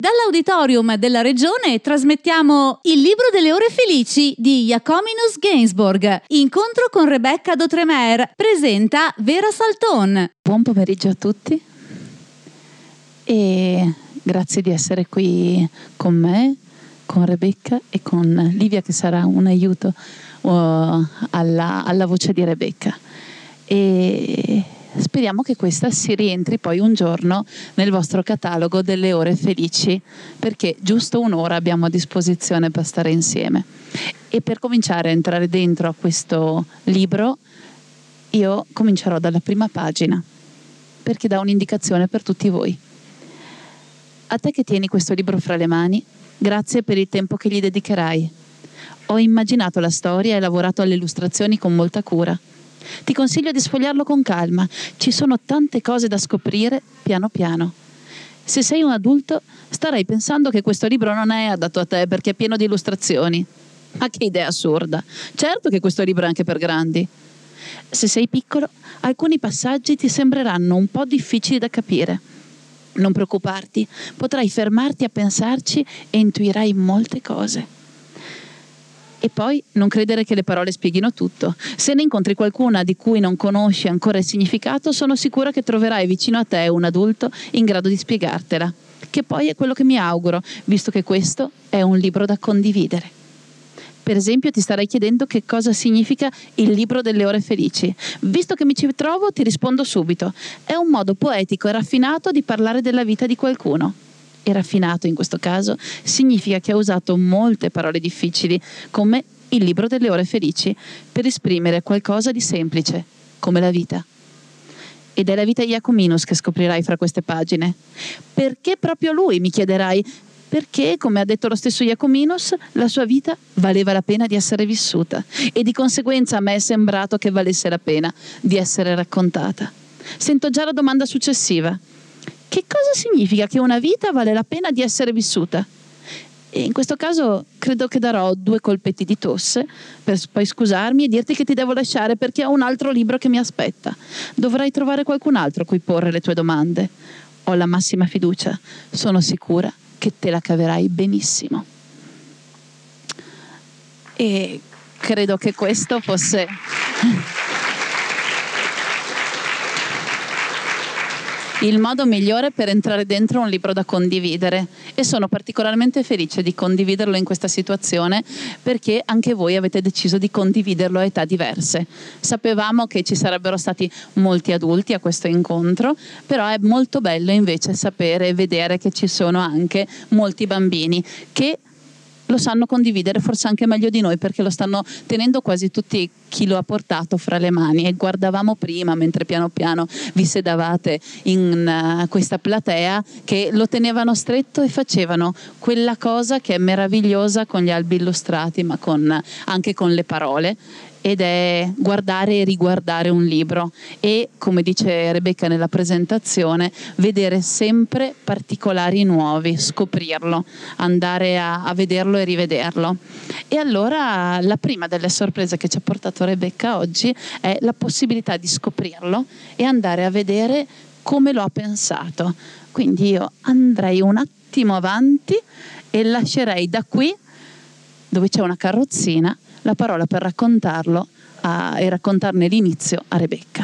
Dall'auditorium della regione trasmettiamo Il libro delle ore felici di Jacominus Gainsbourg. Incontro con Rebecca D'Outremer. Presenta Vera Salton. Buon pomeriggio a tutti e grazie di essere qui con me, con Rebecca e con Livia, che sarà un aiuto alla voce di Rebecca. E speriamo che questa si rientri poi un giorno nel vostro catalogo delle ore felici, perché giusto un'ora abbiamo a disposizione per stare insieme. E per cominciare a entrare dentro a questo libro, io comincerò dalla prima pagina, perché dà un'indicazione per tutti voi. A te che tieni questo libro fra le mani, grazie per il tempo che gli dedicherai. Ho immaginato la storia e lavorato alle illustrazioni con molta cura. Ti consiglio di sfogliarlo con calma, ci sono tante cose da scoprire piano piano. Se sei un adulto, starai pensando che questo libro non è adatto a te perché è pieno di illustrazioni. Ma che idea assurda! Certo che questo libro è anche per grandi. Se sei piccolo, alcuni passaggi ti sembreranno un po' difficili da capire. Non preoccuparti, potrai fermarti a pensarci e intuirai molte cose. E poi non credere che le parole spieghino tutto. Se ne incontri qualcuna di cui non conosci ancora il significato, sono sicura che troverai vicino a te un adulto in grado di spiegartela. Che poi è quello che mi auguro, visto che questo è un libro da condividere. Per esempio, ti starai chiedendo che cosa significa il libro delle ore felici. Visto che mi ci trovo, ti rispondo subito. È un modo poetico e raffinato di parlare della vita di qualcuno. E raffinato in questo caso significa che ha usato molte parole difficili, come il libro delle ore felici, per esprimere qualcosa di semplice, come la vita. Ed è la vita di Jacominus che scoprirai fra queste pagine. Perché proprio lui, mi chiederai? Perché, come ha detto lo stesso Jacominus, la sua vita valeva la pena di essere vissuta e di conseguenza a me è sembrato che valesse la pena di essere raccontata. Sento già la domanda successiva. Che cosa significa che una vita vale la pena di essere vissuta? E in questo caso credo che darò 2 colpetti di tosse per poi scusarmi e dirti che ti devo lasciare perché ho un altro libro che mi aspetta. Dovrai trovare qualcun altro a cui porre le tue domande. Ho la massima fiducia, sono sicura che te la caverai benissimo. E credo che questo fosse il modo migliore per entrare dentro un libro da condividere, e sono particolarmente felice di condividerlo in questa situazione perché anche voi avete deciso di condividerlo a età diverse. Sapevamo che ci sarebbero stati molti adulti a questo incontro, però è molto bello invece sapere e vedere che ci sono anche molti bambini che lo sanno condividere forse anche meglio di noi, perché lo stanno tenendo quasi tutti chi lo ha portato fra le mani. E guardavamo prima, mentre piano piano vi sedavate in questa platea, che lo tenevano stretto e facevano quella cosa che è meravigliosa con gli albi illustrati, ma anche con le parole, ed è guardare e riguardare un libro e, come dice Rebecca nella presentazione, vedere sempre particolari nuovi, scoprirlo, andare a vederlo e rivederlo. E allora la prima delle sorprese che ci ha portato Rebecca oggi è la possibilità di scoprirlo e andare a vedere come lo ha pensato. Quindi io andrei un attimo avanti e lascerei da qui, dove c'è una carrozzina, la parola per raccontarlo e raccontarne l'inizio a Rebecca.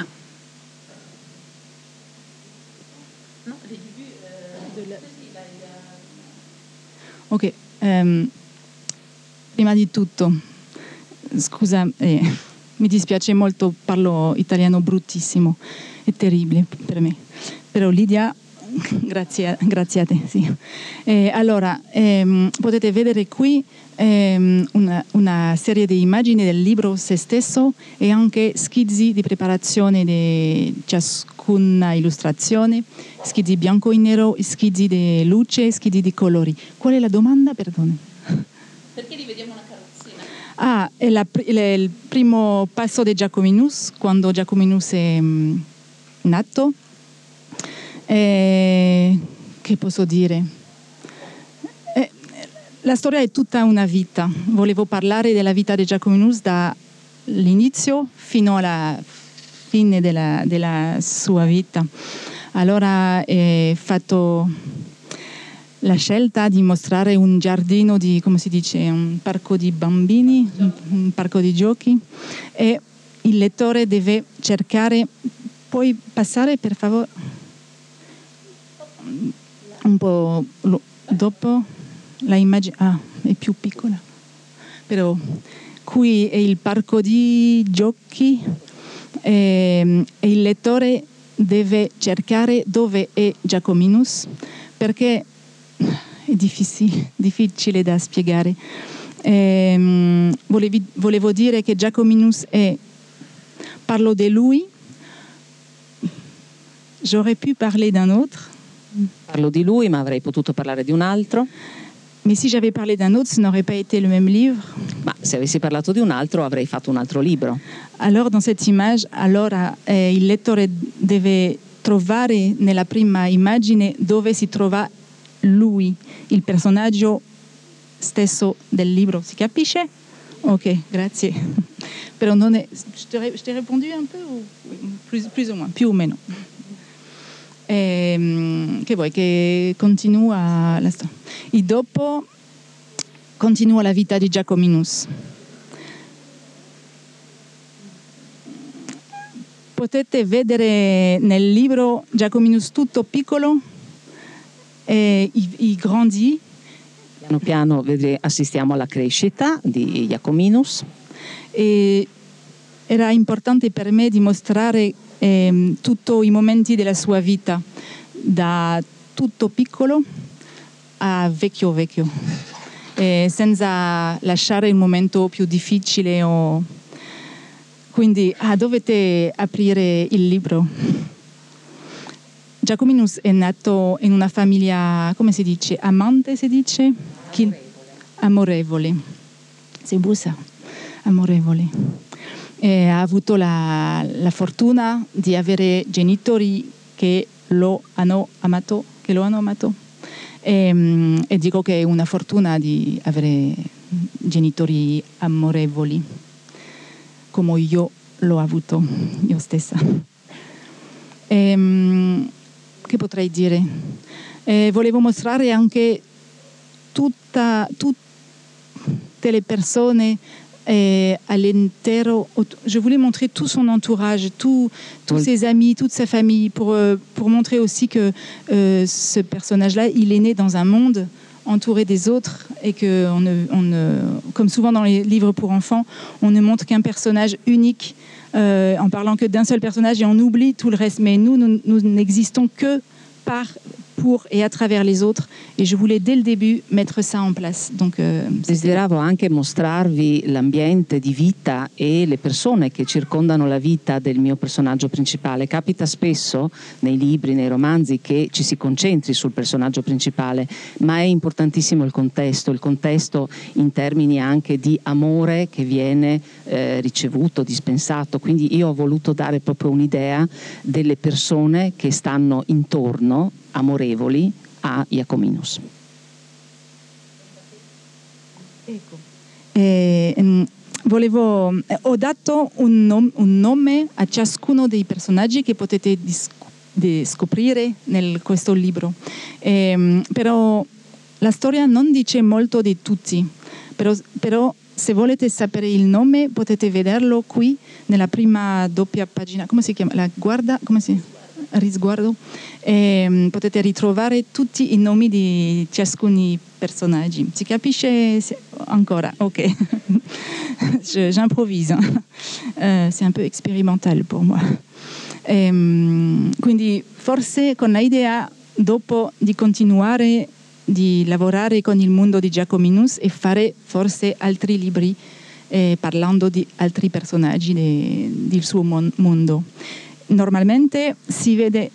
Ok, prima di tutto, scusa, mi dispiace molto, parlo italiano bruttissimo, è terribile per me, però Lidia, grazie a te. Sì. Allora, potete vedere qui una serie di immagini del libro se stesso e anche schizzi di preparazione di ciascuna illustrazione, schizzi bianco e nero, schizzi di luce, schizzi di colori. Qual è la domanda? Perdone. Perché rivediamo una carrozzina? È il primo passo di Jacominus, quando Jacominus è nato. Che posso dire? La storia è tutta una vita. Volevo parlare della vita di Jacominus dall'inizio fino alla fine della sua vita. Allora ho fatto la scelta di mostrare un giardino di, come si dice, un parco di bambini, un parco di giochi, e il lettore deve cercare, puoi passare per favore un po' dopo la immagine, è più piccola, però qui è il parco di giochi e il lettore deve cercare dove è Giacominus, perché è difficile da spiegare. Volevo dire che Giacominus parlo di lui, j'aurais pu parler d'un autre. Parlo di lui, ma avrei potuto parlare di un altro. Mais si j'avais parlé d'un autre, ce n'aurait pas été le même livre. Ma se avessi parlato di un altro avrei fatto un altro libro. Alors dans cette image, il lettore deve trovare nella prima immagine dove si trova lui, il personaggio stesso del libro. Si capisce? Ok, grazie. Però non è... Je t'ai répondu un peu ou plus ou moins, più o meno. Che vuoi? Che continua la storia. E dopo continua la vita di Giacominus. Potete vedere nel libro Giacominus tutto piccolo e grandi. Piano piano assistiamo alla crescita di Giacominus. E era importante per me dimostrare tutti i momenti della sua vita, da tutto piccolo a vecchio, senza lasciare il momento più difficile. Quindi dovete aprire il libro. Giacominus è nato in una famiglia, come si dice, amante si dice? Amorevole. Si busa? Amorevole. Ha avuto la fortuna di avere genitori che lo hanno amato, e dico che è una fortuna di avere genitori amorevoli, come io l'ho avuto io stessa. Che potrei dire? Volevo mostrare anche tutte le persone all'intero. Je voulais montrer tout son entourage, tous ses amis, toute sa famille, pour montrer aussi que ce personnage-là, il est né dans un monde entouré des autres, et que comme souvent dans les livres pour enfants, on ne montre qu'un personnage unique, en parlant que d'un seul personnage, et on oublie tout le reste. Mais nous n'existons que pour et à travers les autres, e je voulais dès le début mettre ça en place. Donc, desideravo anche mostrarvi l'ambiente di vita e le persone che circondano la vita del mio personaggio principale. Capita spesso nei libri, nei romanzi, che ci si concentri sul personaggio principale, ma è importantissimo il contesto in termini anche di amore che viene ricevuto, dispensato. Quindi io ho voluto dare proprio un'idea delle persone che stanno intorno, amorevoli a Giacominus. Ho dato un nome a ciascuno dei personaggi che potete scoprire in questo libro. Però la storia non dice molto di tutti, però se volete sapere il nome potete vederlo qui nella prima doppia pagina. Come si chiama? Risguardo. Potete ritrovare tutti i nomi di ciascun personaggi. Si capisce ancora? Ok. J'improvise. C'est un peu expérimental pour moi. Quindi forse con l'idea dopo di continuare di lavorare con il mondo di Giacominus e fare forse altri libri parlando di altri personaggi del suo mondo. Normalmente si vede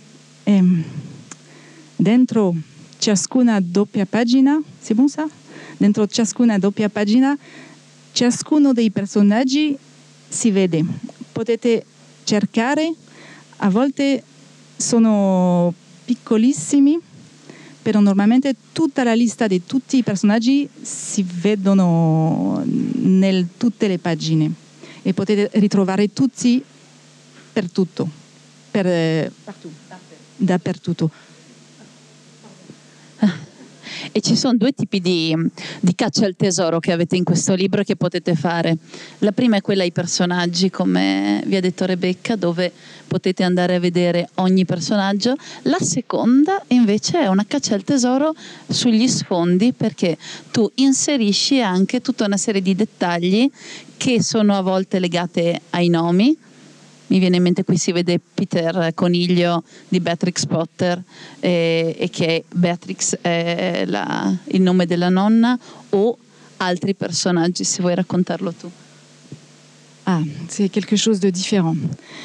dentro ciascuna doppia pagina, c'est bon ça? Dentro ciascuna doppia pagina, ciascuno dei personaggi si vede. Potete cercare, a volte sono piccolissimi, però normalmente tutta la lista di tutti i personaggi si vedono in tutte le pagine e potete ritrovare tutti per tutto. Dappertutto. E ci sono due tipi di caccia al tesoro che avete in questo libro che potete fare. La prima è quella ai personaggi, come vi ha detto Rebecca, dove potete andare a vedere ogni personaggio. La seconda invece è una caccia al tesoro sugli sfondi, perché tu inserisci anche tutta una serie di dettagli che sono a volte legate ai nomi. Mi viene in mente, qui si vede Peter Coniglio di Beatrix Potter, e che Beatrix è il nome della nonna, o altri personaggi, se vuoi raccontarlo tu. Ah, c'est quelque chose de différent.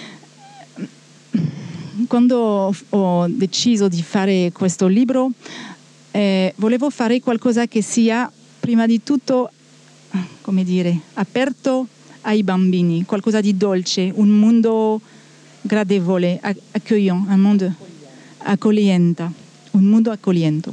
Quando ho deciso di fare questo libro, volevo fare qualcosa che sia, prima di tutto, come dire, aperto ai bambini, qualcosa di dolce, un mondo gradevole, accueillant, un mondo accogliente, un mondo accogliente.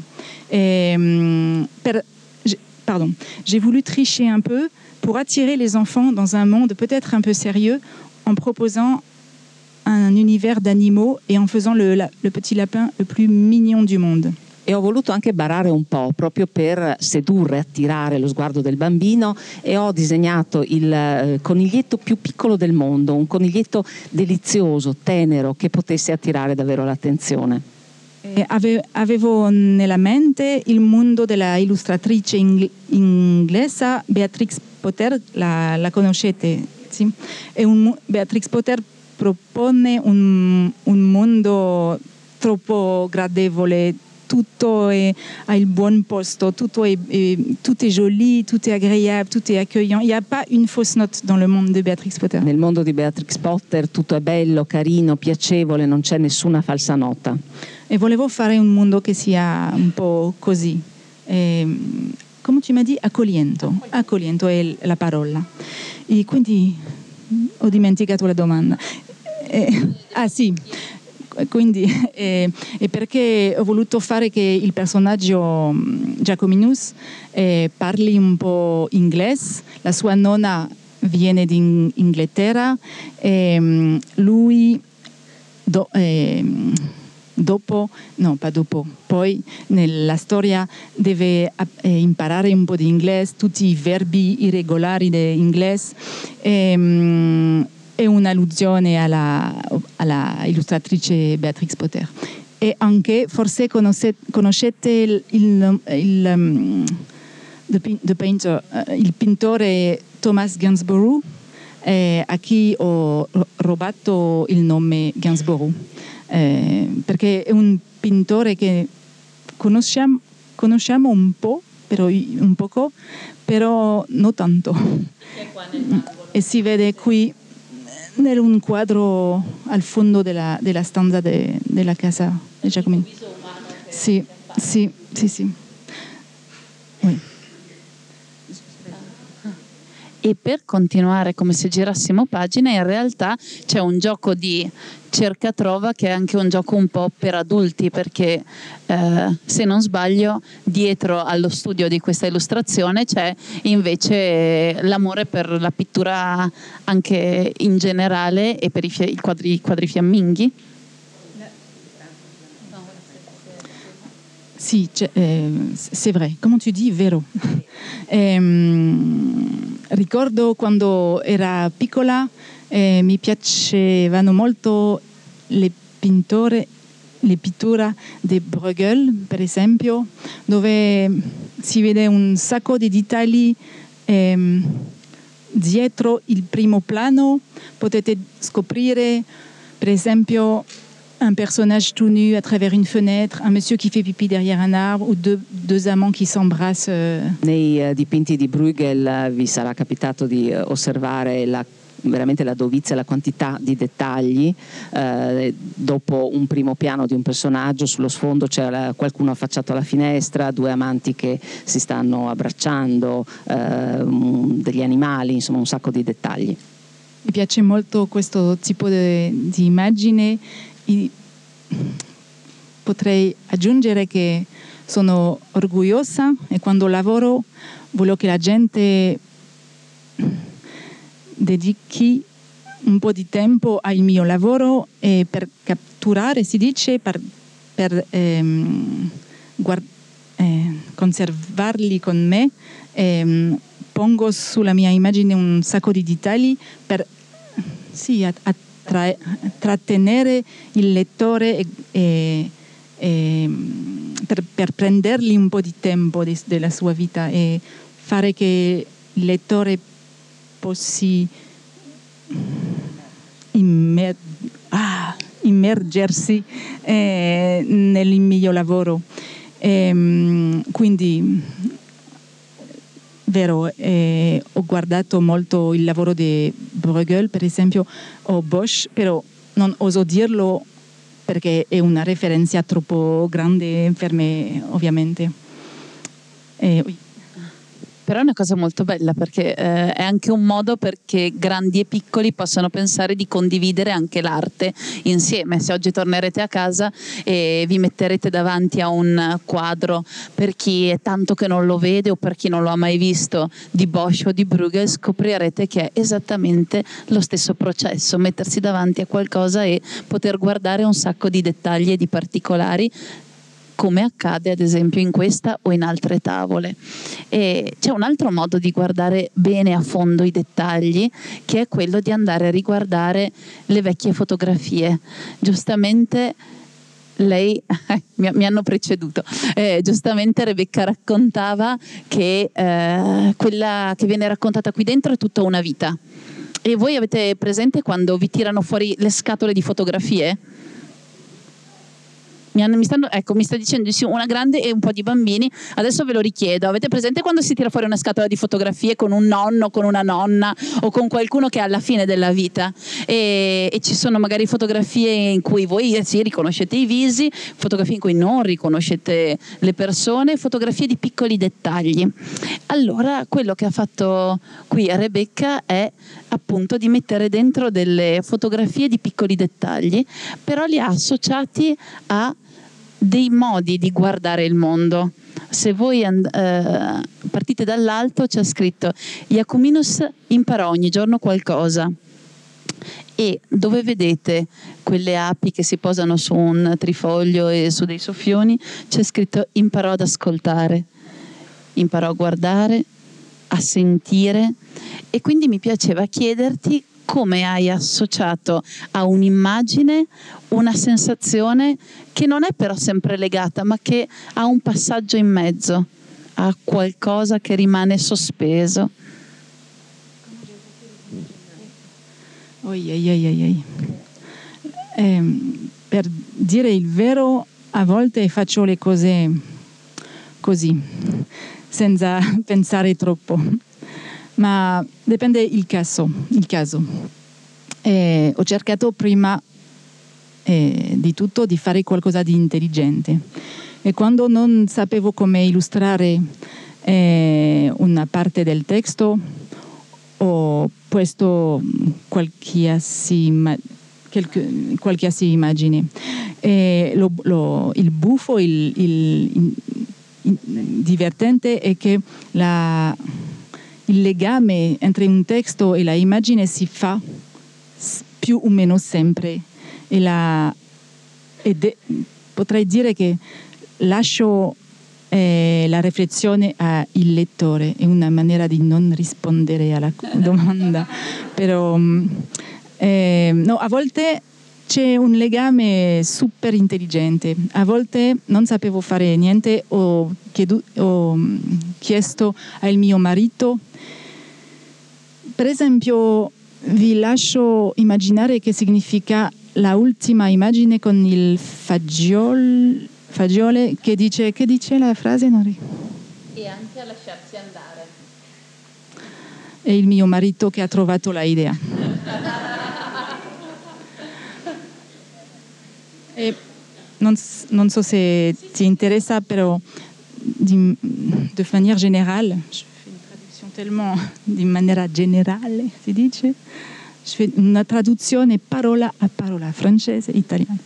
J'ai voulu tricher un peu pour attirer les enfants dans un monde peut-être un peu sérieux, en proposant un univers d'animaux et en faisant le petit lapin le plus mignon du monde. E ho voluto anche barare un po' proprio per sedurre, attirare lo sguardo del bambino, e ho disegnato il coniglietto più piccolo del mondo, un coniglietto delizioso, tenero, che potesse attirare davvero l'attenzione. Avevo nella mente il mondo della illustratrice inglese Beatrix Potter, la conoscete? Sì? Beatrix Potter propone un mondo troppo gradevole, tutto è al buon posto, tout est joli, tout est agréable, tout est accueillant. Il n'y a pas une fausse note dans le monde de Beatrix Potter. Nel mondo di Beatrix Potter tutto è bello, carino, piacevole, non c'è nessuna falsa nota. E volevo fare un mondo che sia un po' così. Come tu mi hai detto? Accogliento è la parola. E quindi ho dimenticato la domanda. Sì. Quindi è perché ho voluto fare che il personaggio Jacominus parli un po' inglese. La sua nonna viene d'Inghilterra, lui poi nella storia deve imparare un po' di inglese, tutti i verbi irregolari di inglese. È un'allusione alla illustratrice Beatrix Potter. E anche, forse conoscete il pittore Thomas Gainsborough, a chi ho rubato il nome Gainsborough, perché è un pittore che conosciamo un po', un poco, però non tanto. E si vede qui in un quadro al fondo della stanza della casa di Giacomino. Sì. Oui. E per continuare come se girassimo pagina, in realtà c'è un gioco di cerca-trova che è anche un gioco un po' per adulti, perché se non sbaglio dietro allo studio di questa illustrazione c'è invece l'amore per la pittura anche in generale e per i quadri fiamminghi. Sì, c'est vrai, come tu dis, vero. Ricordo quando era piccola, mi piacevano molto le pitture di Bruegel, per esempio, dove si vede un sacco di dettagli dietro il primo plano. Potete scoprire, per esempio, un personnage tout nu à travers une fenêtre, un monsieur qui fait pipi derrière un arbre, ou deux amants qui s'embrassent. Nei dipinti di Bruegel vi sarà capitato di osservare veramente la dovizia, la quantità di dettagli. Dopo un primo piano di un personaggio, sullo sfondo c'è qualcuno affacciato alla finestra, due amanti che si stanno abbracciando, degli animali, insomma un sacco di dettagli. Mi piace molto questo tipo di immagine. Potrei aggiungere che sono orgogliosa e quando lavoro voglio che la gente dedichi un po' di tempo al mio lavoro e per catturare, si dice, conservarli con me, pongo sulla mia immagine un sacco di dettagli per trattenere il lettore e per prendergli un po' di tempo della sua vita e fare che il lettore possa immergersi nel mio lavoro. Quindi, vero, ho guardato molto il lavoro di Bruegel, per esempio, o Bosch, però non oso dirlo perché è una referenza troppo grande per me, ovviamente. Però è una cosa molto bella, perché è anche un modo perché grandi e piccoli possano pensare di condividere anche l'arte insieme. Se oggi tornerete a casa e vi metterete davanti a un quadro, per chi è tanto che non lo vede o per chi non lo ha mai visto, di Bosch o di Bruegel, scoprirete che è esattamente lo stesso processo: mettersi davanti a qualcosa e poter guardare un sacco di dettagli e di particolari, come accade ad esempio in questa o in altre tavole. E c'è un altro modo di guardare bene a fondo i dettagli, che è quello di andare a riguardare le vecchie fotografie. Giustamente lei mi hanno preceduto, giustamente Rebecca raccontava che quella che viene raccontata qui dentro è tutta una vita. E voi avete presente quando vi tirano fuori le scatole di fotografie? Mi sta dicendo sì, una grande e un po' di bambini. Adesso ve lo richiedo: avete presente quando si tira fuori una scatola di fotografie con un nonno, con una nonna o con qualcuno che è alla fine della vita, e ci sono magari fotografie in cui voi sì, riconoscete i visi, fotografie in cui non riconoscete le persone, fotografie di piccoli dettagli. Allora quello che ha fatto qui Rebecca è appunto di mettere dentro delle fotografie di piccoli dettagli, però li ha associati a dei modi di guardare il mondo. Se voi partite dall'alto, c'è scritto: Jacominus imparò ogni giorno qualcosa, e dove vedete quelle api che si posano su un trifoglio e su dei soffioni, c'è scritto: imparò ad ascoltare, imparò a guardare, a sentire. E quindi mi piaceva chiederti come hai associato a un'immagine una sensazione che non è però sempre legata, ma che ha un passaggio in mezzo, a qualcosa che rimane sospeso. Per dire il vero, a volte faccio le cose così, senza pensare troppo, ma dipende il caso. Ho cercato prima di tutto di fare qualcosa di intelligente, e quando non sapevo come illustrare una parte del testo, ho posto qualsiasi immagine. Il buffo, il divertente è che il legame tra un testo e la immagine si fa più o meno sempre, potrei dire che lascio la riflessione al lettore. È una maniera di non rispondere alla domanda, però no, a volte c'è un legame super intelligente, a volte non sapevo fare niente, ho chiesto al mio marito. Per esempio, vi lascio immaginare che significa la ultima immagine con il fagiole che dice la frase? E anche a lasciarsi andare. È il mio marito che ha trovato la idea. E non so se ti interessa, però de manière générale, je fais une traduction tellement di maniera generale, si dice? Je fais una traduzione parola a parola, francese, italiano.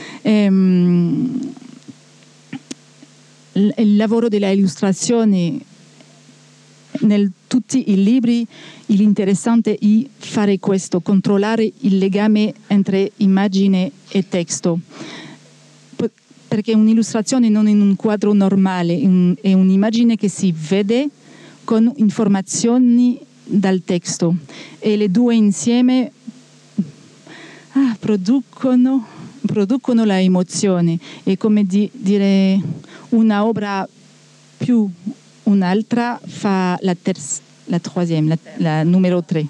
Il lavoro della illustrazione tutti i libri, l'interessante è fare questo, controllare il legame tra immagine e testo. perché un'illustrazione non è un quadro normale, è un'immagine che si vede con informazioni dal testo e le due insieme producono la emozione. È come dire una opera più un'altra fa la troisième, la numero 3.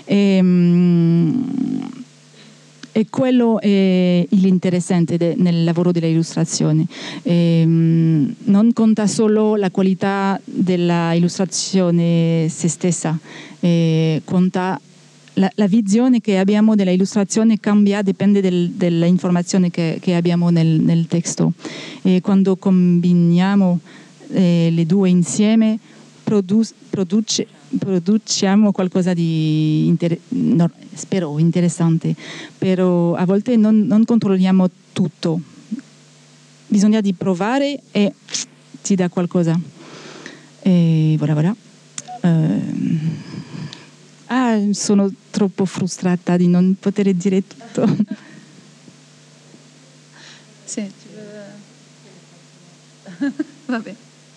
E quello è l'interessante nel lavoro dell'illustrazione. Non conta solo la qualità dell'illustrazione se stessa, conta la visione che abbiamo dell'illustrazione cambia, dipende dell'informazione che abbiamo nel testo. E quando combiniamo le due insieme produciamo qualcosa di spero interessante, però a volte non controlliamo tutto, bisogna di provare e ti dà qualcosa e voilà. Sono troppo frustrata di non poter dire tutto. Sì, vabbè.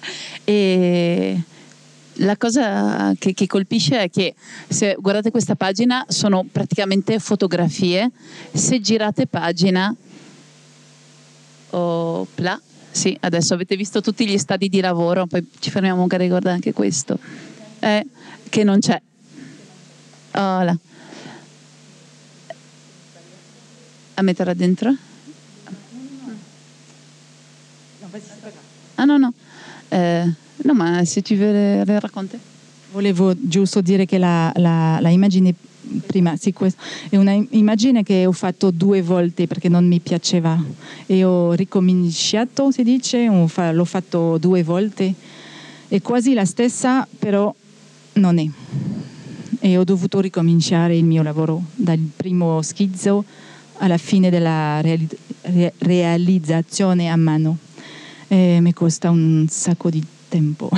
E la cosa che colpisce è che se guardate questa pagina sono praticamente fotografie, se girate pagina, sì, adesso avete visto tutti gli stadi di lavoro, poi ci fermiamo magari a riguardare anche questo, che non c'è. Oh, là. A metterla dentro? No. No, ma se tu veux le racconti. Volevo giusto dire che la immagine prima, sì, è una immagine che ho fatto 2 volte perché non mi piaceva e ho ricominciato, si dice, l'ho fatto 2 volte. È quasi la stessa, però non è. E ho dovuto ricominciare il mio lavoro dal primo schizzo alla fine della realizzazione a mano. Mi costa un sacco di tempo.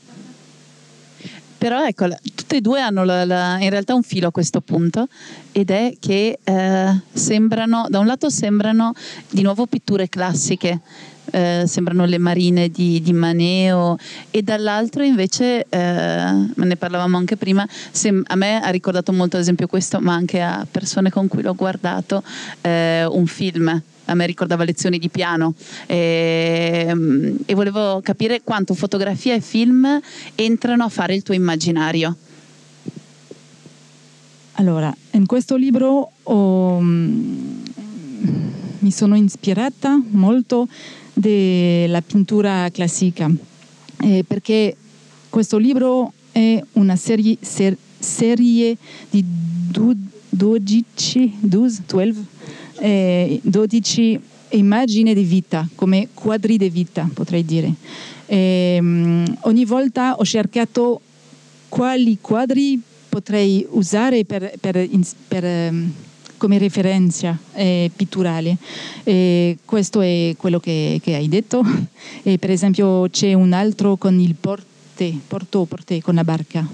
Però ecco, tutte e due hanno in realtà un filo a questo punto, ed è che sembrano, da un lato sembrano di nuovo pitture classiche, sembrano le marine di Manet, e dall'altro invece, ne parlavamo anche prima, a me ha ricordato molto ad esempio questo, ma anche a persone con cui l'ho guardato, un film. A me ricordava lezioni di piano e volevo capire quanto fotografia e film entrano a fare il tuo immaginario. Allora, in questo libro mi sono ispirata molto della pittura classica, perché questo libro è una serie di 12 immagini di vita, come quadri di vita, potrei dire. Ogni volta ho cercato quali quadri potrei usare come referenza pitturale. Questo è quello che hai detto. Per esempio c'è un altro con il porte con la barca.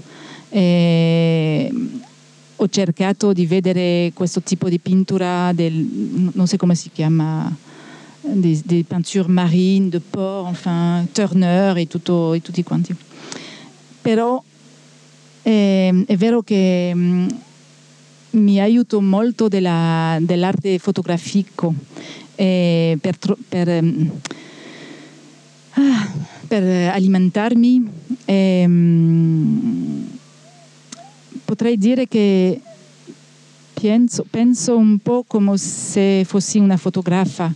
Ho cercato di vedere questo tipo di pittura non so come si chiama, des peintures marines, de port, enfin, Turner e tutti quanti. Però è vero che mi aiuto molto dell'arte fotografico per alimentarmi. Potrei dire che penso un po' come se fossi una fotografa.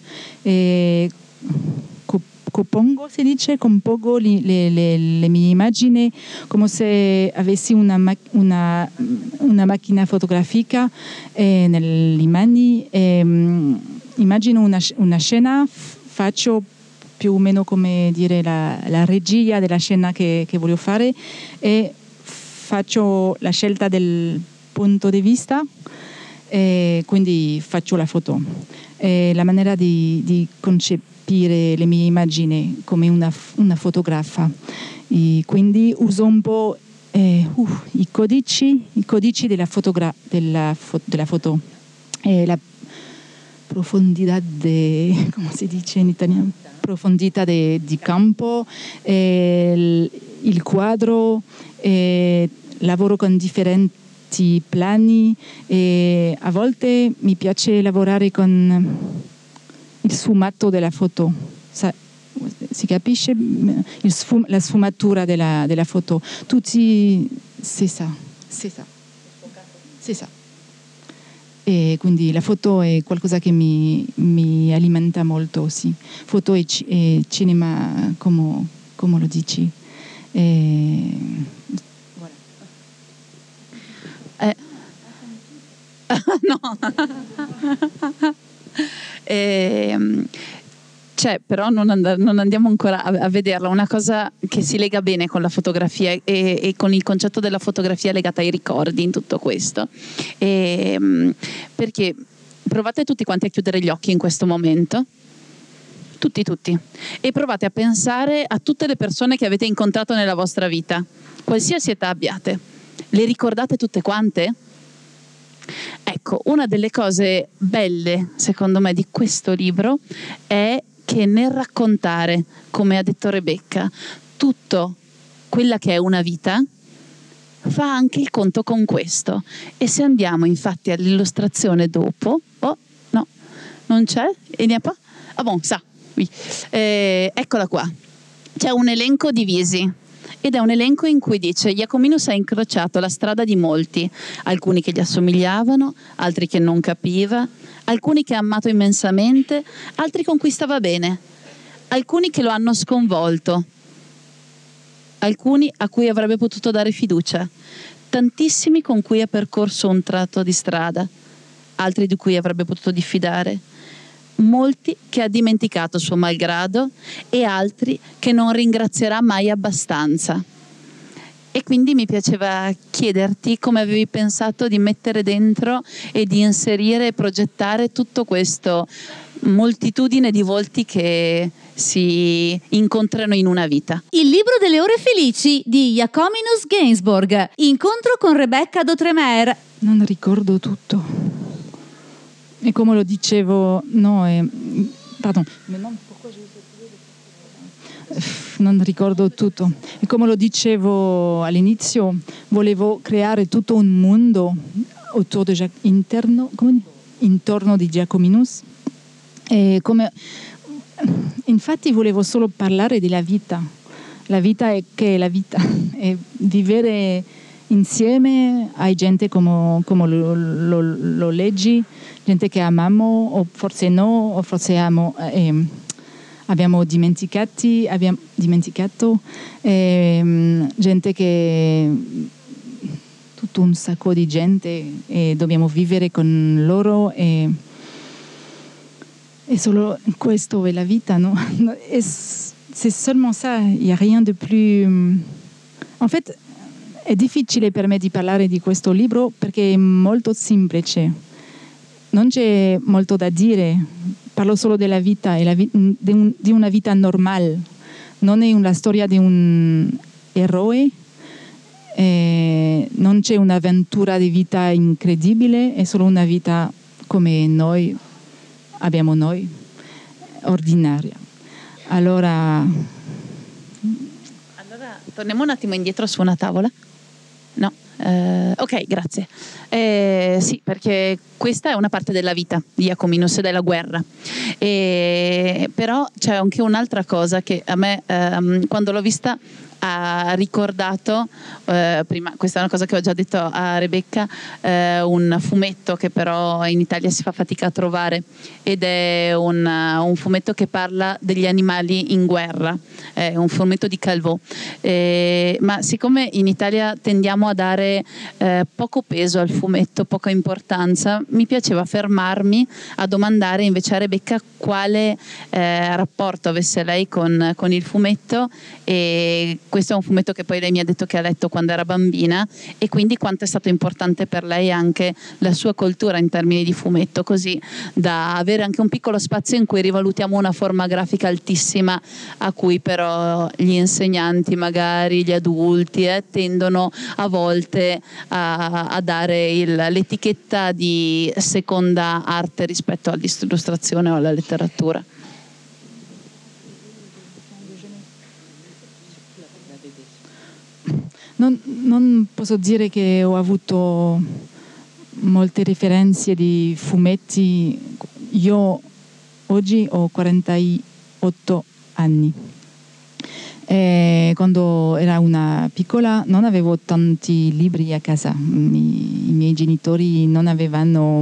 Compongo le mie immagini come se avessi una macchina fotografica nelle mani. Immagino una scena, faccio più o meno come dire la regia della scena che voglio fare e faccio la scelta del punto di vista e quindi faccio la foto. La maniera di concepire le mie immagini come una fotografa. E quindi uso un po' i codici della foto. profondità de, come si dice in italiano? Profondità di campo, il quadro, lavoro con differenti plani e a volte mi piace lavorare con il sfumato della foto. Si capisce? La sfumatura della foto. Tutti, c'est ça. E quindi la foto è qualcosa che mi alimenta molto, sì. Foto e cinema, come lo dici. No. C'è, però non andiamo ancora a vederla, una cosa che si lega bene con la fotografia e con il concetto della fotografia legata ai ricordi in tutto questo. Perché provate tutti quanti a chiudere gli occhi in questo momento, tutti, e provate a pensare a tutte le persone che avete incontrato nella vostra vita, qualsiasi età abbiate. Le ricordate tutte quante? Ecco, una delle cose belle, secondo me, di questo libro è che nel raccontare, come ha detto Rebecca, tutto quella che è una vita, fa anche il conto con questo. E se andiamo infatti all'illustrazione dopo, no, non c'è? E ne pas? Ah bon, ça, oui. Eccola qua. C'è un elenco di visi. Ed è un elenco in cui dice: Iacominus ha incrociato la strada di molti, alcuni che gli assomigliavano, altri che non capiva, alcuni che ha amato immensamente, altri con cui stava bene, alcuni che lo hanno sconvolto, alcuni a cui avrebbe potuto dare fiducia, tantissimi con cui ha percorso un tratto di strada, altri di cui avrebbe potuto diffidare, molti che ha dimenticato suo malgrado e altri che non ringrazierà mai abbastanza. E quindi mi piaceva chiederti come avevi pensato di mettere dentro e di inserire e progettare tutto questo moltitudine di volti che si incontrano in una vita. Il libro delle ore felici di Iacominus Gainsbourg. Incontro con Rebecca d'Otremere. Non ricordo tutto. E come lo dicevo, non ricordo tutto. E come lo dicevo all'inizio, volevo creare tutto un mondo intorno di Iacominus. E infatti volevo solo parlare della vita. La vita che è la vita. E vivere insieme a gente come lo leggi, gente che amiamo o forse no, o forse abbiamo dimenticato, gente che tutto un sacco di gente e dobbiamo vivere con loro e solo questo è la vita, no? C'est seulement ça, il n'y a rien de plus. En fait, è difficile per me di parlare di questo libro perché è molto semplice, non c'è molto da dire, parlo solo della vita e di una vita normale, non è una storia di un eroe, non c'è un'avventura di vita incredibile, è solo una vita come noi abbiamo noi, ordinaria. Allora torniamo un attimo indietro su una tavola. No, ok, grazie. Sì, perché questa è una parte della vita di Iacominus e della guerra. Però c'è anche un'altra cosa che a me, quando l'ho vista, ha ricordato, prima, questa è una cosa che ho già detto a Rebecca, un fumetto che però in Italia si fa fatica a trovare, ed è un fumetto che parla degli animali in guerra, è un fumetto di Calvot, ma siccome in Italia tendiamo a dare poco peso al fumetto, poca importanza, mi piaceva fermarmi a domandare invece a Rebecca quale rapporto avesse lei con il fumetto e questo è un fumetto che poi lei mi ha detto che ha letto quando era bambina, e quindi quanto è stato importante per lei anche la sua cultura in termini di fumetto, così da avere anche un piccolo spazio in cui rivalutiamo una forma grafica altissima a cui però gli insegnanti, magari gli adulti, tendono a volte a dare l'etichetta di seconda arte rispetto all'illustrazione o alla letteratura. Non posso dire che ho avuto molte referenze di fumetti. Io oggi ho 48 anni. E quando ero una piccola non avevo tanti libri a casa. I miei genitori non avevano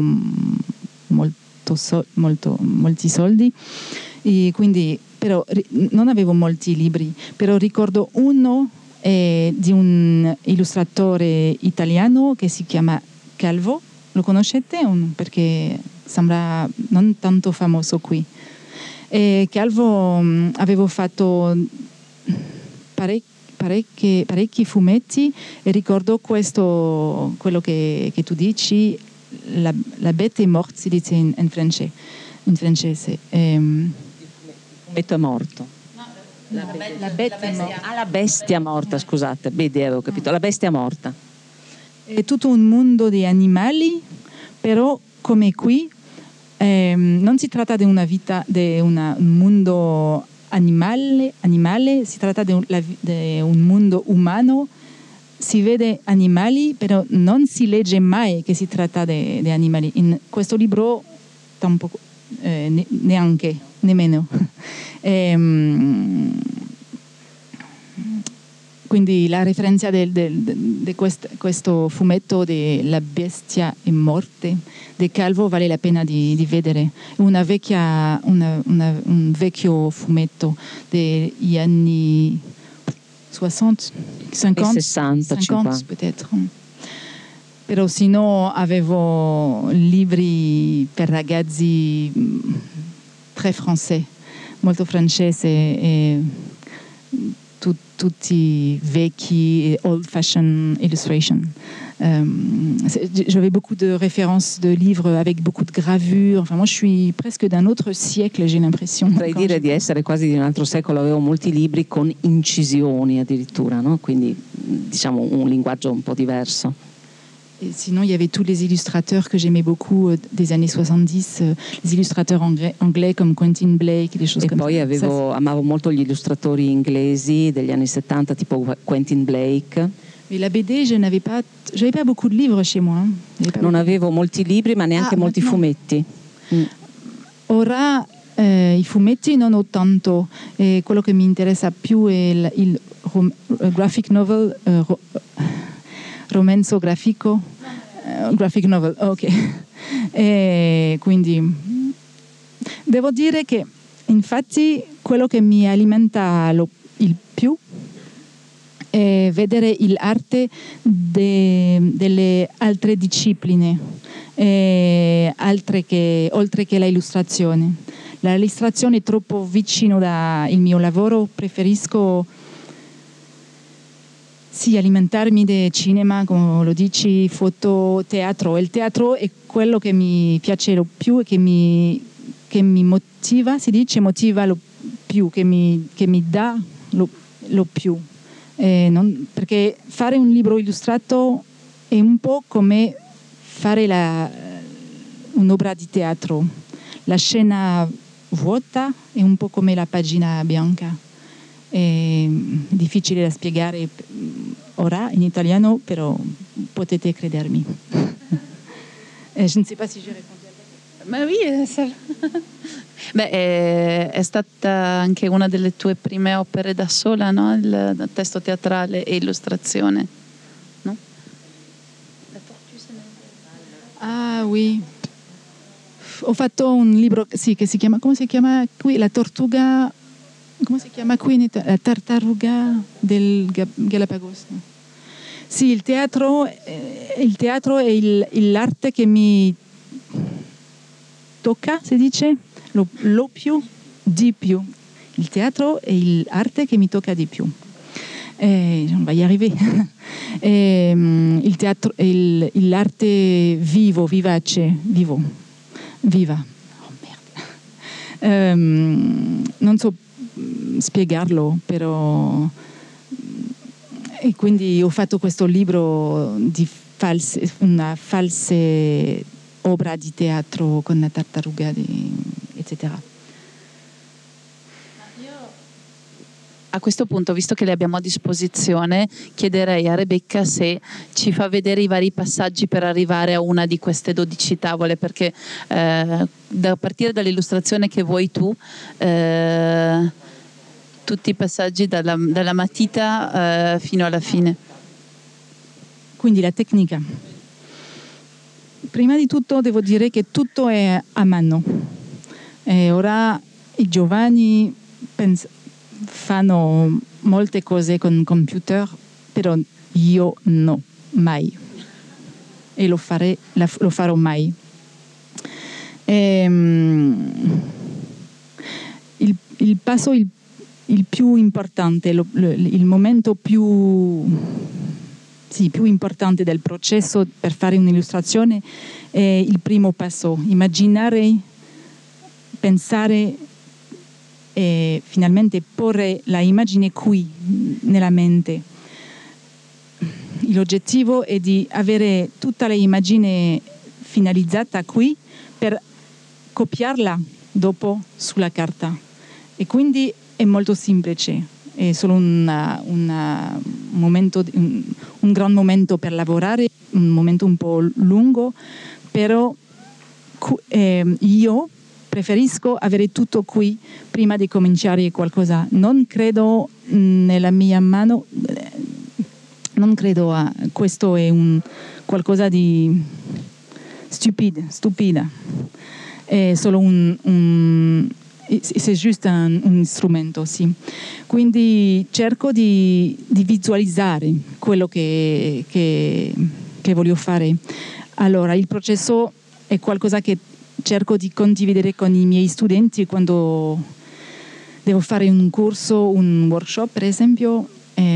molti soldi, e quindi però non avevo molti libri. Però ricordo uno di un illustratore italiano che si chiama Calvo. Lo conoscete? Perché sembra non tanto famoso qui. E Calvo avevo fatto parecchi fumetti, e ricordo quello che tu dici, la bête est morte, si dice in francese. Il fumetto è morto. La bestia morta, scusate, vedi, avevo capito, la bestia morta. È tutto un mondo di animali, però come qui non si tratta di una vita, di un mondo animale, si tratta di un mondo umano. Si vede animali, però non si legge mai che si tratta di animali. In questo libro tampoco, nemmeno. Quindi la referenza di questo fumetto di La bestia è morte di Calvo vale la pena di vedere. Un vecchio fumetto degli anni 60, 50, 60 peut-être. Però sino avevo libri per ragazzi très français, molto francese, e tutti vecchi, old-fashioned illustration. J'avais beaucoup de références de livres avec beaucoup de gravures. Enfin, moi, je suis presque d'un autre siècle, j'ai l'impression. Potrei dire di essere quasi di un altro secolo, avevo molti libri con incisioni addirittura, no? Quindi diciamo un linguaggio un po' diverso. Et sinon, il y avait tous les illustrateurs que j'aimais beaucoup des années 70, les illustrateurs anglais comme Quentin Blake, des choses e comme poi ça. Amavo molto gli illustratori inglesi degli anni 70, tipo Quentin Blake. Mais la BD, j'avais pas beaucoup de livres chez moi. Non avevo molti libri, ma neanche molti fumetti. Ora i fumetti non ho tanto, e quello che mi interessa più è il graphic novel, romanzo grafico, graphic novel, ok. E quindi devo dire che infatti quello che mi alimenta il più è vedere l'arte delle altre discipline, oltre che la illustrazione. La illustrazione è troppo vicino al mio lavoro, preferisco alimentarmi di cinema, come lo dici, foto, teatro. Il teatro è quello che mi piace lo più e che mi motiva, si dice motiva lo più, che mi dà lo più. Perché fare un libro illustrato è un po' come fare un'opera di teatro. La scena vuota è un po' come la pagina bianca. È difficile da spiegare ora in italiano, però potete credermi. Je ne sais pas si j'ai répondu à Ma beh, è stata anche una delle tue prime opere da sola, no? Il testo teatrale e illustrazione, no? Ah oui. Ho fatto un libro che si chiama, come si chiama qui? La tortuga, come si chiama qui in Italia? La tartaruga del Galapagos. Sì, il teatro è l'arte che mi tocca, si dice? Lo più, di più. Il teatro è l'arte che mi tocca di più. On va y arriver. Il teatro, l'arte vivace, viva. Oh merda. Non so spiegarlo, però. E quindi ho fatto questo libro di una falsa opera di teatro con la tartaruga, eccetera. A questo punto, visto che le abbiamo a disposizione, chiederei a Rebecca se ci fa vedere i vari passaggi per arrivare a una di queste 12 tavole, perché da partire dall'illustrazione che vuoi tu, tutti i passaggi dalla matita fino alla fine. Quindi la tecnica. Prima di tutto devo dire che tutto è a mano. E ora i giovani fanno molte cose con computer, però io no, mai. E lo farò mai. Il passo il più importante, il momento più importante del processo per fare un'illustrazione è il primo passo, immaginare, pensare e finalmente porre la immagine qui nella mente. L'obiettivo è di avere tutta l'immagine finalizzata qui per copiarla dopo sulla carta, e quindi è molto semplice, è solo un gran momento per lavorare, un momento un po' lungo, però io preferisco avere tutto qui prima di cominciare qualcosa. Non credo nella mia mano, non credo a questo, è qualcosa di stupida. È solo c'est juste un strumento, sì. Quindi cerco di visualizzare quello che voglio fare. Allora, il processo è qualcosa che cerco di condividere con i miei studenti quando devo fare un corso, un workshop, per esempio.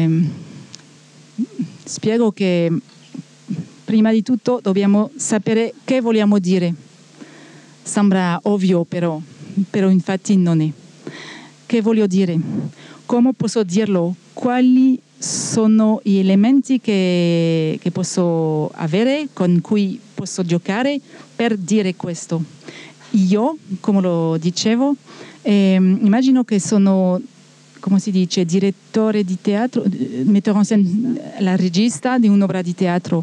Spiego che prima di tutto dobbiamo sapere che vogliamo dire. Sembra ovvio, però infatti non è. Che voglio dire? Come posso dirlo? Quali sono gli elementi che posso avere, con cui posso giocare per dire questo? Io, come lo dicevo, immagino che sono, come si dice, direttore di teatro, mettore en scène, la regista di un'opera di teatro.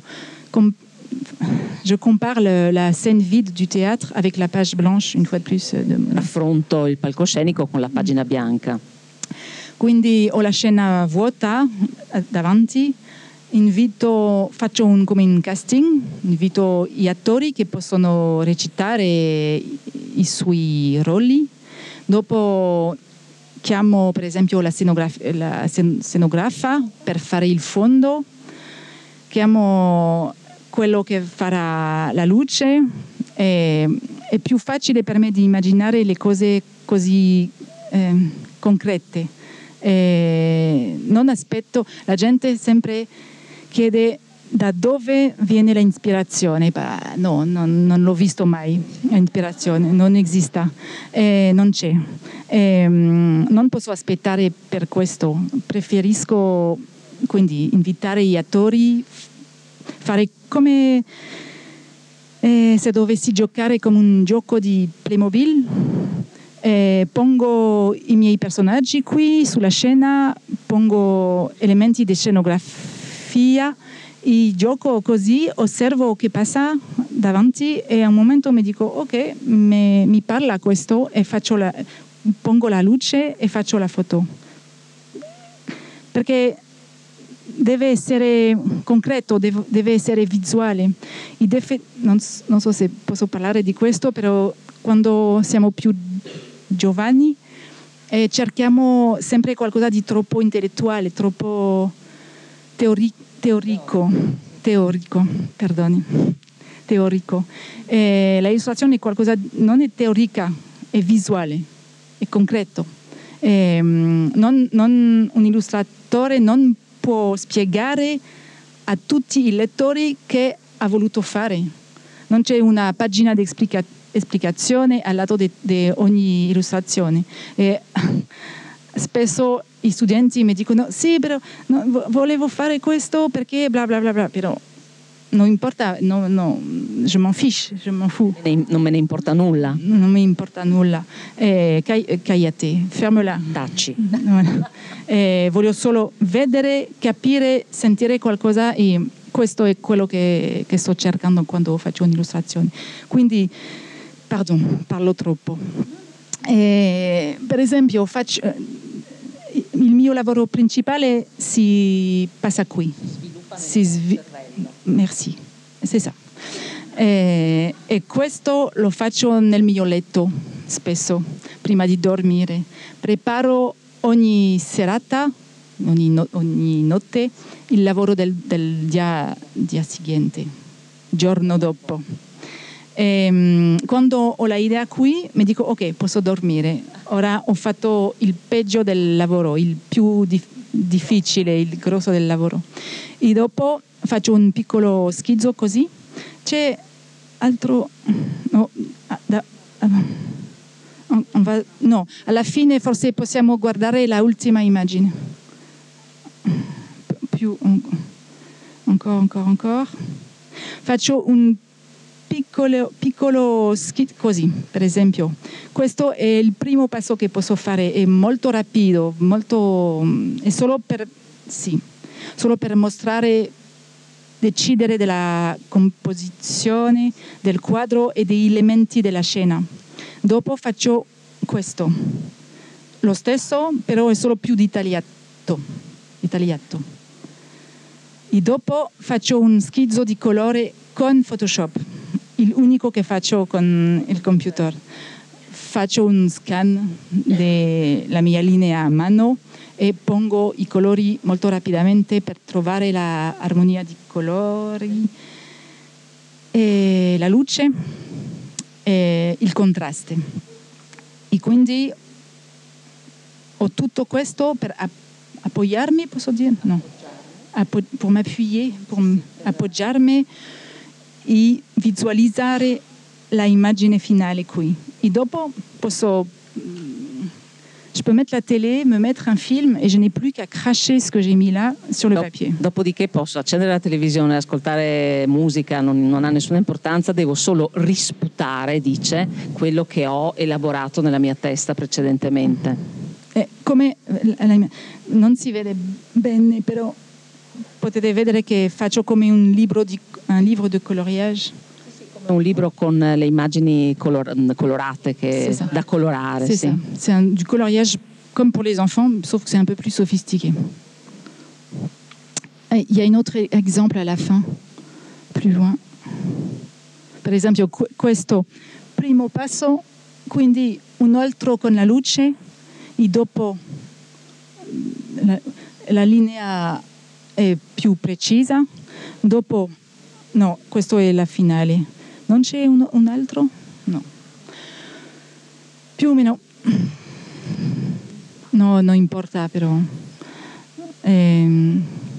Je compare la scène vide du théâtre avec la page blanche, une fois de plus. Affronto il palcoscenico con la pagina bianca. Quindi ho la scena vuota davanti, faccio come un casting, invito gli attori che possono recitare i suoi ruoli. Dopo chiamo per esempio la scenografa per fare il fondo, chiamo quello che farà la luce. È più facile per me di immaginare le cose così concrete. Non aspetto, la gente sempre chiede da dove viene l'ispirazione. No, non l'ho visto mai, l'ispirazione, non esiste, non c'è. Non posso aspettare per questo, preferisco quindi invitare gli attori, fare come se dovessi giocare come un gioco di Playmobil. Pongo i miei personaggi qui sulla scena, pongo elementi di scenografia, gioco così, osservo che passa davanti e a un momento mi dico ok, mi parla questo e pongo la luce e faccio la foto. Perché deve essere concreto, deve essere visuale. Non so se posso parlare di questo, però quando siamo più giovani cerchiamo sempre qualcosa di troppo intellettuale, troppo teorico. La illustrazione è qualcosa, non è teorica, è visuale, è concreto. Un illustratore non può spiegare a tutti i lettori che ha voluto fare. Non c'è una pagina di spiegazione al lato di ogni illustrazione. E spesso i studenti mi dicono sì, però volevo fare questo perché bla bla bla bla, però non importa, no, je m'en fiche, je m'en fous. Non me ne importa nulla. Non mi importa nulla. Cagliati, fermala. Tacci. Voglio solo vedere, capire, sentire qualcosa e questo è quello che sto cercando quando faccio un'illustrazione. Quindi, pardon, parlo troppo. Per esempio, il mio lavoro principale si passa qui. Merci, c'est ça. E questo lo faccio nel mio letto spesso, prima di dormire. Preparo ogni serata, ogni notte, il lavoro del dia seguente, giorno dopo. Quando ho l'idea qui, mi dico ok, posso dormire. Ora ho fatto il peggio del lavoro, il più difficile, il grosso del lavoro. E dopo faccio un piccolo schizzo così. C'è altro... No, alla fine forse possiamo guardare la ultima immagine. Ancora. Faccio un piccolo schizzo così, per esempio. Questo è il primo passo che posso fare, è molto rapido, è solo per mostrare, decidere della composizione del quadro e degli elementi della scena. Dopo faccio questo, lo stesso, però è solo più dettagliato. E dopo faccio un schizzo di colore con Photoshop, l'unico che faccio con il computer. Faccio un scan della mia linea a mano e pongo i colori molto rapidamente per trovare l'armonia di colori, e la luce e il contraste. E quindi ho tutto questo per appoggiarmi, posso dire? No. Per m'appuyer, per appoggiarmi e visualizzare la immagine finale qui. E dopo je peux mettre la télé, me mettre un film et je n'ai plus qu'à cracher ce que j'ai mis là sur le papier. Dopodiché posso accendere la televisione, ascoltare musica, non ha nessuna importanza, devo solo risputare, dice, quello che ho elaborato nella mia testa precedentemente. Come non si vede bene, però potete vedere che faccio come un livre di coloriage. Un libro con le immagini colorate da colorare. C'est ça. C'est du coloriage comme pour les enfants, sauf que c'est un peu plus sophistiqué. Il y a un autre exemple à la fin, plus loin. Per esempio, questo primo passo, quindi un altro con la luce, e dopo la linea è più precisa. Dopo, no, questo è la finale. Non c'è un altro? No. Più o meno. No, non importa però. E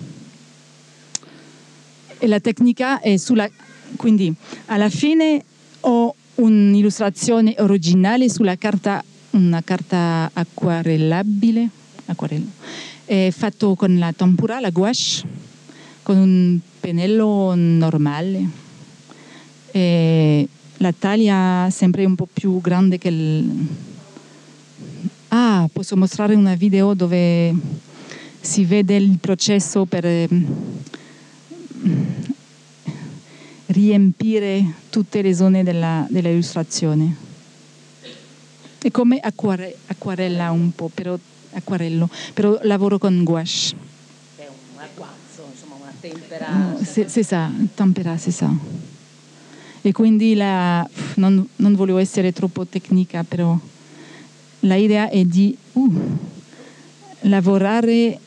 la tecnica è quindi alla fine ho un'illustrazione originale sulla carta, una carta acquarellabile, fatto con la tempura, la gouache, con un pennello normale. La taglia sempre un po' più grande che posso mostrare una video dove si vede il processo per riempire tutte le zone dell'illustrazione. È come acquarella un po', però lavoro con gouache. È un acquazzo, insomma una tempera. C'est ça, tempera, c'est ça. E quindi non voglio essere troppo tecnica, però l'idea è di lavorare,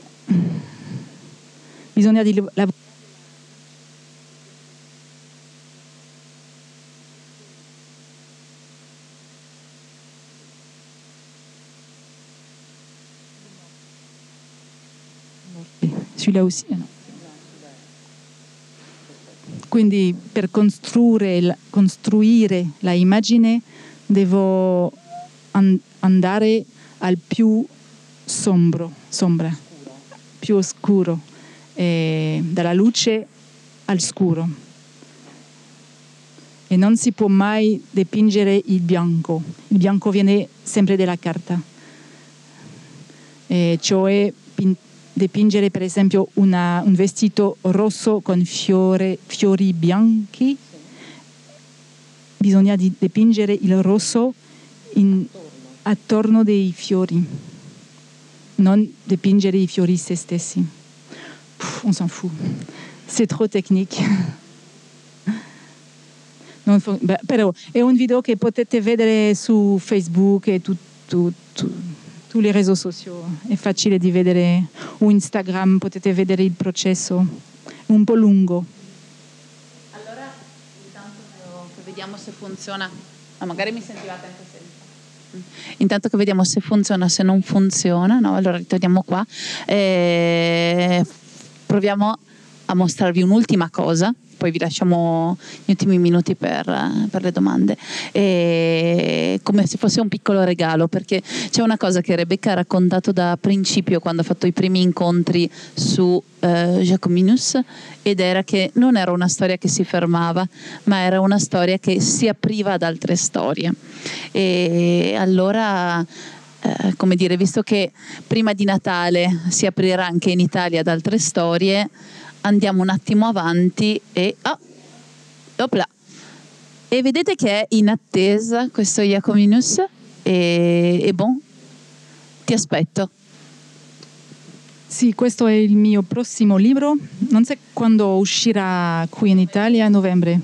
bisogna di lavorare. celui-là aussi. No. Quindi per costruire la immagine devo andare al più sombra, più oscuro, dalla luce al scuro. E non si può mai dipingere il bianco. Il bianco viene sempre dalla carta. Cioè dipingere per esempio un vestito rosso con fiori bianchi, bisogna dipingere il rosso attorno dei fiori, non dipingere i fiori se stessi. On s'en fout, c'est trop technique. Però è un video che potete vedere su Facebook e tutti i réseaux sociaux. È facile di vedere, o Instagram, potete vedere il processo. È un po' lungo. Allora, intanto che vediamo se funziona. Magari mi sentivate anche senza. Intanto che vediamo se funziona, se non funziona, no? Allora ritorniamo qua. Proviamo a mostrarvi un'ultima cosa, poi vi lasciamo gli ultimi minuti per le domande, come se fosse un piccolo regalo, perché c'è una cosa che Rebecca ha raccontato da principio quando ha fatto i primi incontri su Jacominus, ed era che non era una storia che si fermava, ma era una storia che si apriva ad altre storie. E allora come dire, visto che prima di Natale si aprirà anche in Italia ad altre storie, andiamo un attimo avanti e opla. E vedete che è in attesa questo Jacominus e bon, ti aspetto. Sì, questo è il mio prossimo libro, non so quando uscirà qui in Italia, a novembre.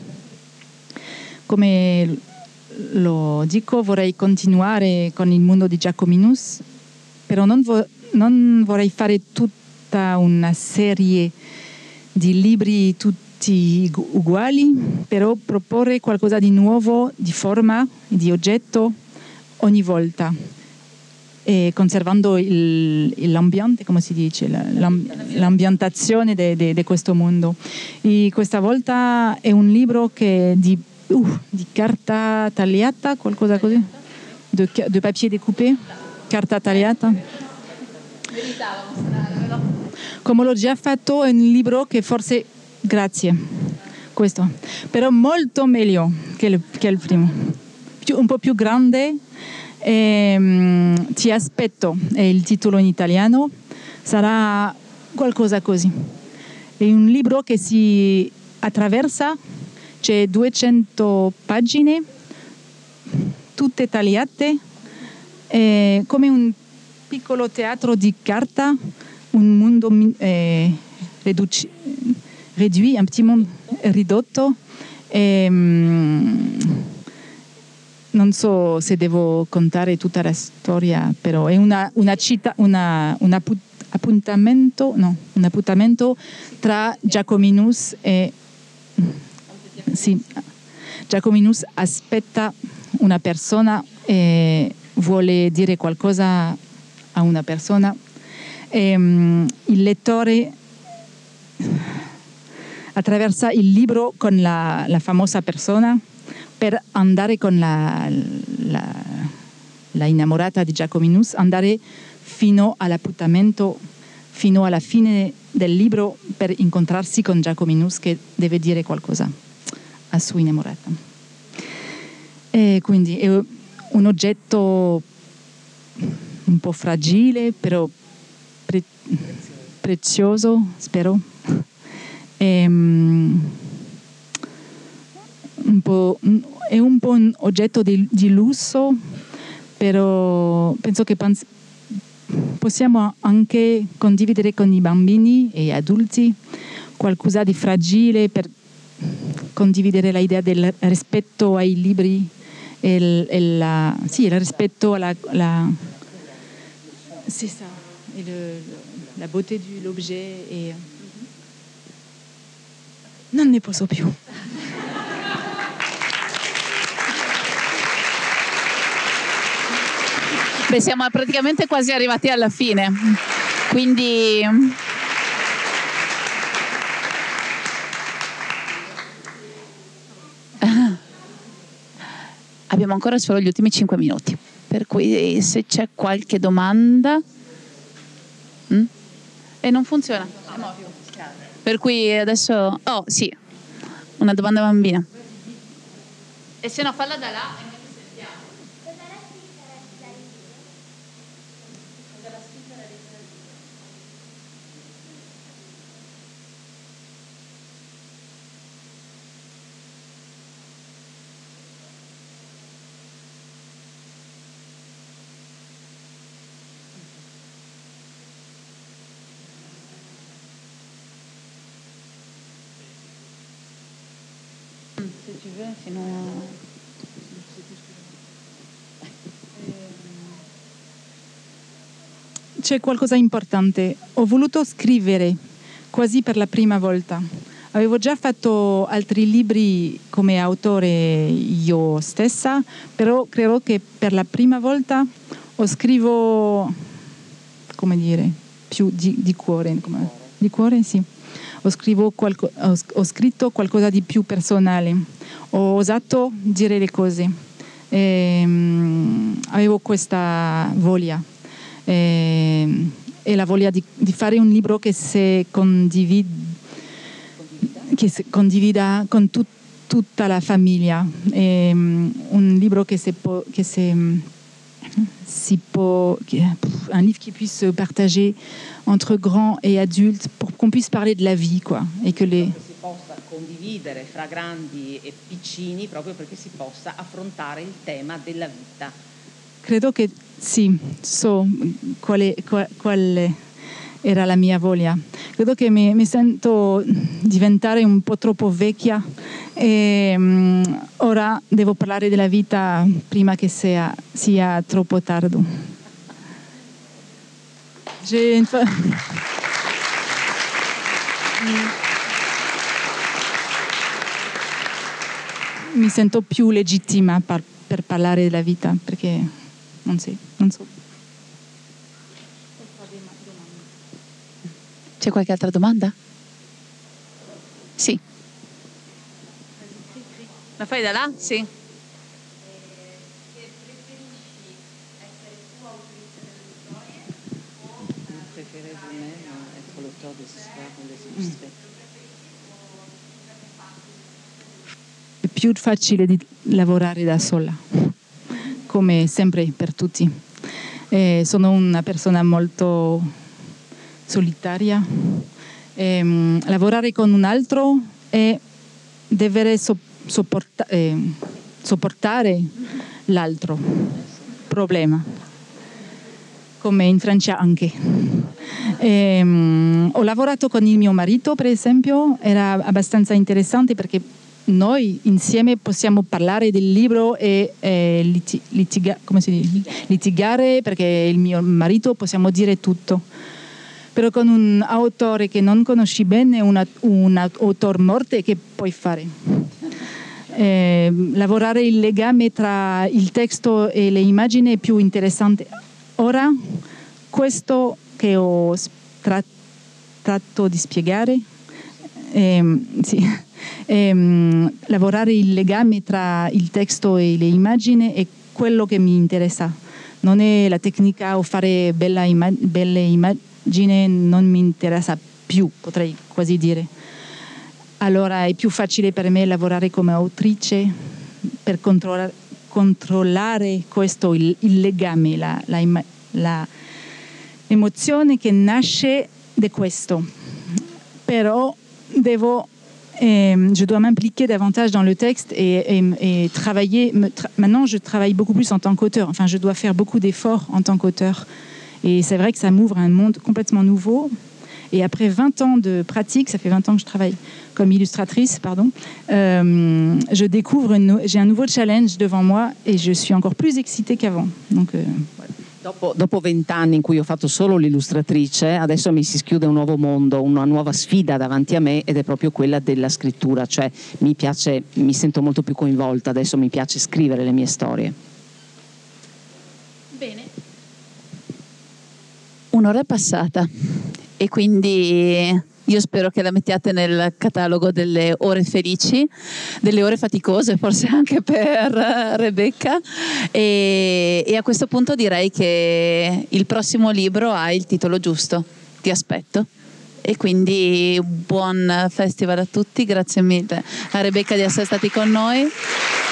Come lo dico, vorrei continuare con il mondo di Jacominus, però non vorrei fare tutta una serie di libri tutti uguali, però proporre qualcosa di nuovo, di forma, di oggetto ogni volta, e conservando l'ambiente, come si dice, l'ambientazione di questo mondo. E questa volta è un libro che di carta tagliata, qualcosa così, di papier découpé, carta tagliata. Come l'ho già fatto, è un libro che forse, grazie, questo, però molto meglio che il primo, un po' più grande. Ti aspetto, è il titolo in italiano, sarà qualcosa così. È un libro che si attraversa, c'è 200 pagine, tutte tagliate, come un piccolo teatro di carta, un mondo ridotto, un petit mondo ridotto. Non so se devo contare tutta la storia, però è un appuntamento tra Jacominus e... Sì, Jacominus aspetta una persona e vuole dire qualcosa a una persona. Il lettore attraversa il libro con la famosa persona per andare con la innamorata di Jacominus, andare fino all'appuntamento, fino alla fine del libro, per incontrarsi con Jacominus che deve dire qualcosa a sua innamorata. E quindi è un oggetto un po' fragile, però prezioso, spero. È un po' un oggetto di lusso, però penso che possiamo anche condividere con i bambini e gli adulti qualcosa di fragile, per condividere l'idea del rispetto ai libri e il rispetto alla c'est ça, la beauté de l'objet e non ne posso più. Beh, siamo praticamente quasi arrivati alla fine, quindi abbiamo ancora solo gli ultimi 5 minuti, per cui se c'è qualche domanda. E non funziona. Per cui adesso... Oh, sì, una domanda bambina. E se no falla da là e noi ti sentiamo. Se tu veux, sinon... C'è qualcosa importante. Ho voluto scrivere quasi per la prima volta. Avevo già fatto altri libri come autore io stessa, però credo che per la prima volta scrivo, come dire, più di cuore. Di cuore, sì. Ho scritto qualcosa di più personale. Ho osato dire le cose. Avevo questa voglia. E la voglia di fare un libro che si condivida con tutta la famiglia, un libro un livre qui puisse partager entre grands et adultes pour qu'on puisse parler de la vie, quoi, et que les si possa condividere fra grandi e piccini proprio perché si possa affrontare il tema della vita. Credo che sì, so quale era la mia voglia. Credo che mi sento diventare un po' troppo vecchia e ora devo parlare della vita prima che sia troppo tardi. Mi sento più legittima per parlare della vita perché non so. C'è qualche altra domanda? Sì. La fai da là? Sì. È più facile di lavorare da sola, come sempre per tutti. Sono una persona molto solitaria. Lavorare con un altro e deve sopportare l'altro problema, come in Francia anche. Ho lavorato con il mio marito, per esempio, era abbastanza interessante perché noi insieme possiamo parlare del libro e litigare, perché il mio marito possiamo dire tutto. Però con un autore che non conosci bene, un autore morto, che puoi fare? Lavorare il legame tra il testo e le immagini è più interessante. Ora, questo che ho trattato di spiegare, lavorare il legame tra il testo e le immagini è quello che mi interessa. Non è la tecnica o fare belle immagini, non mi interessa più, potrei quasi dire. Allora è più facile per me lavorare come autrice per controllare questo, il legame, la emozione che nasce da questo. Però je dois m'impliquer davantage dans le texte et travailler. Maintenant, je travaille beaucoup plus en tant qu'auteur. Enfin, je dois faire beaucoup d'efforts en tant qu'auteur. Et c'est vrai que ça m'ouvre un monde complètement nouveau. Et après 20 ans de pratique, ça fait 20 ans que je travaille comme illustratrice, je découvre, j'ai un nouveau challenge devant moi et je suis encore plus excitée qu'avant. Donc, voilà. Dopo 20 anni in cui ho fatto solo l'illustratrice, adesso mi si schiude un nuovo mondo, una nuova sfida davanti a me ed è proprio quella della scrittura, cioè mi sento molto più coinvolta, adesso mi piace scrivere le mie storie. Bene. Un'ora è passata e quindi Io spero che la mettiate nel catalogo delle ore felici, delle ore faticose forse anche per Rebecca, e a questo punto direi che il prossimo libro ha il titolo giusto. Ti aspetto. E quindi buon festival a tutti, grazie mille a Rebecca di essere stati con noi.